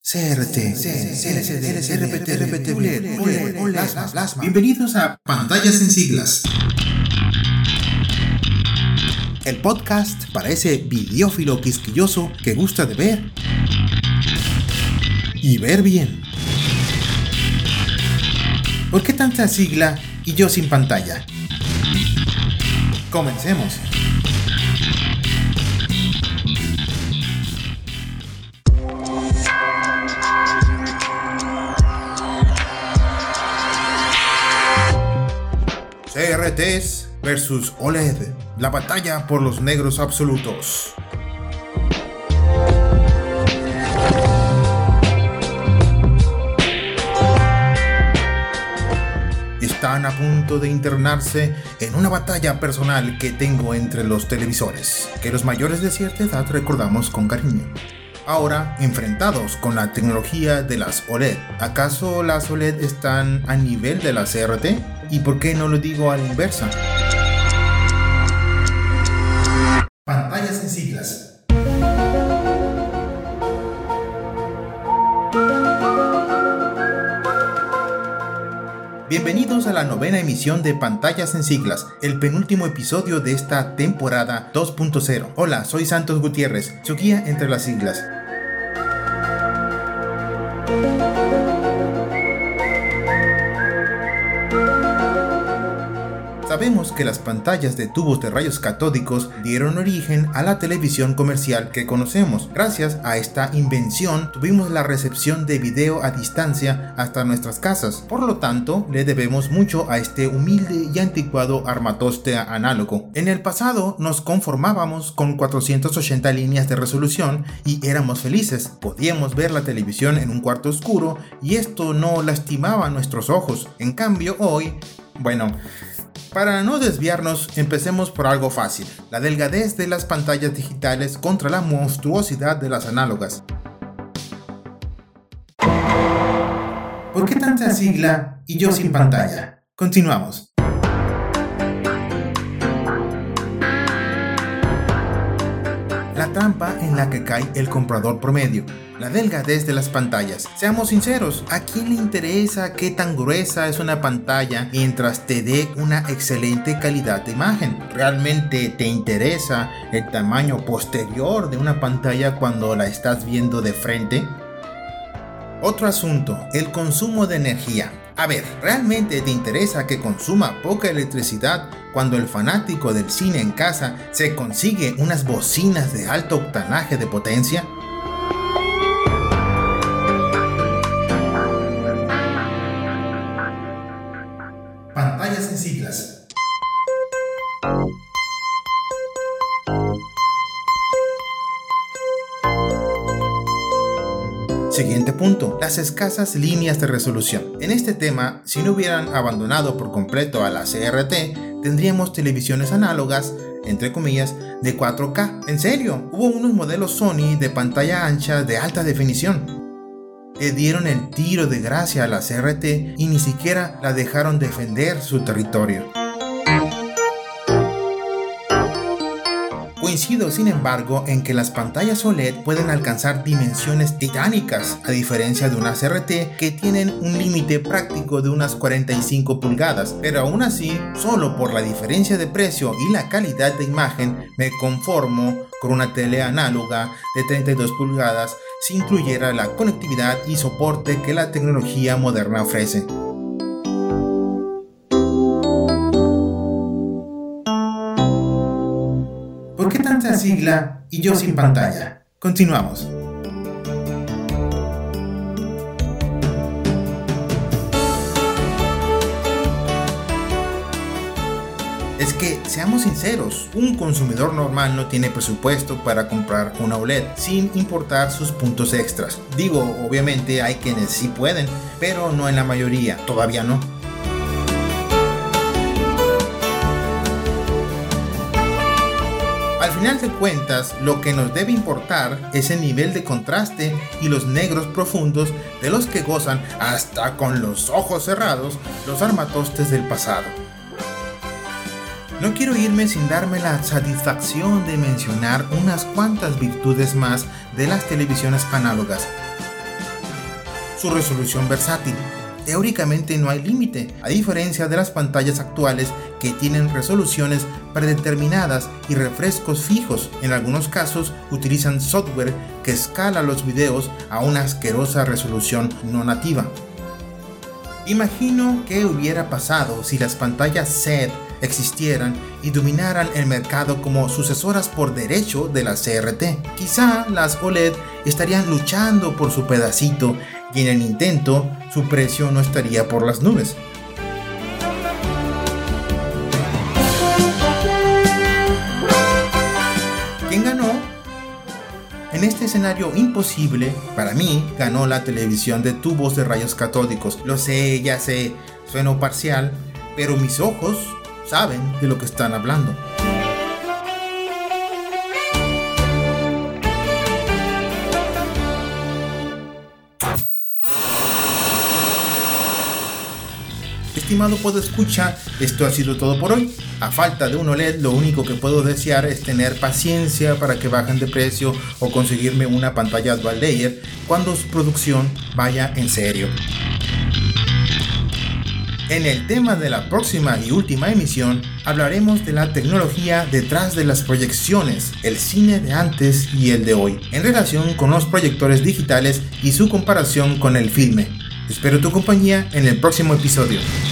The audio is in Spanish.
CRT, LCD, RPT, OLED, Plasma. Bienvenidos a Pantallas en Siglas. El podcast para ese videófilo quisquilloso que gusta de ver y ver bien. ¿Por qué tanta sigla y yo sin pantalla? Comencemos. CRTs versus OLED, la batalla por los negros absolutos. Están a punto de internarse en una batalla personal que tengo entre los televisores, que los mayores de cierta edad recordamos con cariño. Ahora, enfrentados con la tecnología de las OLED, ¿acaso las OLED están a nivel de las CRT? ¿Y por qué no lo digo a la inversa? Pantallas en siglas. Bienvenidos a la 9ª emisión de Pantallas en Siglas, el penúltimo episodio de esta temporada 2.0. Hola, soy Santos Gutiérrez, su guía entre las siglas. Sabemos que las pantallas de tubos de rayos catódicos dieron origen a la televisión comercial que conocemos. Gracias a esta invención tuvimos la recepción de video a distancia hasta nuestras casas. Por lo tanto, le debemos mucho a este humilde y anticuado armatoste análogo. En el pasado nos conformábamos con 480 líneas de resolución y éramos felices. Podíamos ver la televisión en un cuarto oscuro y esto no lastimaba nuestros ojos. En cambio, hoy, para no desviarnos, empecemos por algo fácil: la delgadez de las pantallas digitales contra la monstruosidad de las análogas. ¿Por qué tanta sigla y yo sin pantalla? Continuamos. La trampa en la que cae el comprador promedio: la delgadez de las pantallas. Seamos sinceros, ¿a quién le interesa qué tan gruesa es una pantalla mientras te dé una excelente calidad de imagen? ¿Realmente te interesa el tamaño posterior de una pantalla cuando la estás viendo de frente? Otro asunto: el consumo de energía. A ver, ¿realmente te interesa que consuma poca electricidad cuando el fanático del cine en casa se consigue unas bocinas de alto octanaje de potencia? Pantallas en siglas. Siguiente punto: las escasas líneas de resolución. En este tema, si no hubieran abandonado por completo a la CRT, tendríamos televisiones análogas, entre comillas, de 4K. En serio, hubo unos modelos Sony de pantalla ancha de alta definición. Le dieron el tiro de gracia a la CRT y ni siquiera la dejaron defender su territorio. Coincido, sin embargo, en que las pantallas OLED pueden alcanzar dimensiones titánicas, a diferencia de unas CRT que tienen un límite práctico de unas 45 pulgadas, pero aún así, solo por la diferencia de precio y la calidad de imagen, me conformo con una tele análoga de 32 pulgadas si incluyera la conectividad y soporte que la tecnología moderna ofrece. ¿Por qué tanta sigla y yo sin pantalla? Continuamos. Es que, seamos sinceros, un consumidor normal no tiene presupuesto para comprar una OLED, sin importar sus puntos extras. Digo, obviamente hay quienes sí pueden, pero no en la mayoría, todavía no. Al final de cuentas, lo que nos debe importar es el nivel de contraste y los negros profundos de los que gozan, hasta con los ojos cerrados, los armatostes del pasado. No quiero irme sin darme la satisfacción de mencionar unas cuantas virtudes más de las televisiones análogas. su resolución versátil. Teóricamente no hay límite, a diferencia de las pantallas actuales que tienen resoluciones predeterminadas y refrescos fijos. En algunos casos utilizan software que escala los videos a una asquerosa resolución no nativa. Imagino qué hubiera pasado si las pantallas CED existieran y dominaran el mercado como sucesoras por derecho de la CRT. Quizá las OLED estarían luchando por su pedacito y en el intento su precio no estaría por las nubes. ¿Quién ganó? En este escenario imposible, para mí, ganó la televisión de tubos de rayos catódicos. Lo sé, ya sé, sueno parcial, pero mis ojos saben de lo que están hablando. Estimado podescucha, esto ha sido todo por hoy. A falta de un OLED, lo único que puedo desear es tener paciencia para que bajen de precio o conseguirme una pantalla dual layer cuando su producción vaya en serio. En el tema de la próxima y última emisión, hablaremos de la tecnología detrás de las proyecciones, el cine de antes y el de hoy, en relación con los proyectores digitales y su comparación con el filme. Espero tu compañía en el próximo episodio.